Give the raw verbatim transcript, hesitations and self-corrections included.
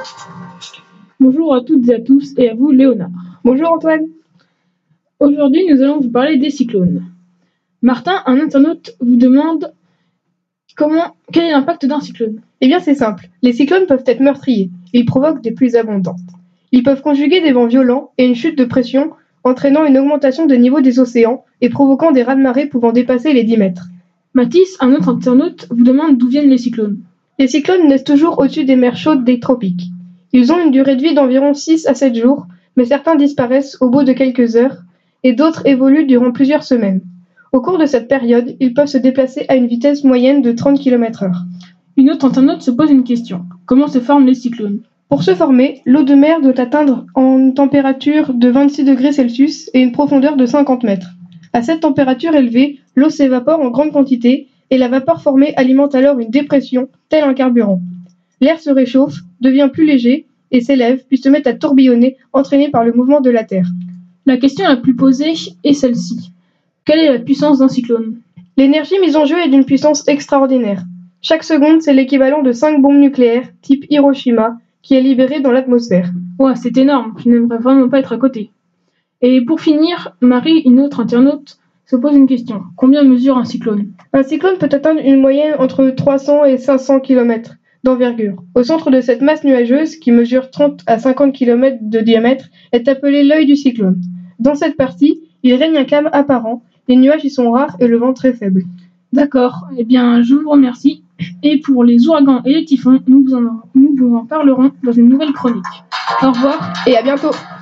Bonjour à toutes et à tous et à vous Léonard. Bonjour Antoine. Aujourd'hui nous allons vous parler des cyclones. Martin, un internaute, vous demande comment, quel est l'impact d'un cyclone. Eh bien c'est simple, les cyclones peuvent être meurtriers, ils provoquent des pluies abondantes. Ils peuvent conjuguer des vents violents et une chute de pression, entraînant une augmentation de niveau des océans et provoquant des raz-de-marée pouvant dépasser les dix mètres. Mathis, un autre internaute, vous demande d'où viennent les cyclones. Les cyclones naissent toujours au-dessus des mers chaudes des tropiques. Ils ont une durée de vie d'environ six à sept jours, mais certains disparaissent au bout de quelques heures, et d'autres évoluent durant plusieurs semaines. Au cours de cette période, ils peuvent se déplacer à une vitesse moyenne de trente kilomètres heure. Une autre internaute se pose une question. Comment se forment les cyclones? Pour se former, l'eau de mer doit atteindre une température de vingt-six degrés Celsius et une profondeur de cinquante mètres. À cette température élevée, l'eau s'évapore en grande quantité et la vapeur formée alimente alors une dépression, tel un carburant. L'air se réchauffe, devient plus léger et s'élève, puis se met à tourbillonner, entraîné par le mouvement de la Terre. La question la plus posée est celle-ci. Quelle est la puissance d'un cyclone? L'énergie mise en jeu est d'une puissance extraordinaire. Chaque seconde, c'est l'équivalent de cinq bombes nucléaires, type Hiroshima, qui est libérée dans l'atmosphère. Ouais, c'est énorme, je n'aimerais vraiment pas être à côté. Et pour finir, Marie, une autre internaute, se pose une question. Combien mesure un cyclone? Un cyclone peut atteindre une moyenne entre trois cents et cinq cents kilomètres d'envergure. Au centre de cette masse nuageuse, qui mesure trente à cinquante kilomètres de diamètre, est appelé l'œil du cyclone. Dans cette partie, il règne un calme apparent, les nuages y sont rares et le vent très faible. D'accord, eh bien je vous remercie. Et pour les ouragans et les typhons, nous vous en, nous vous en parlerons dans une nouvelle chronique. Au revoir et à bientôt.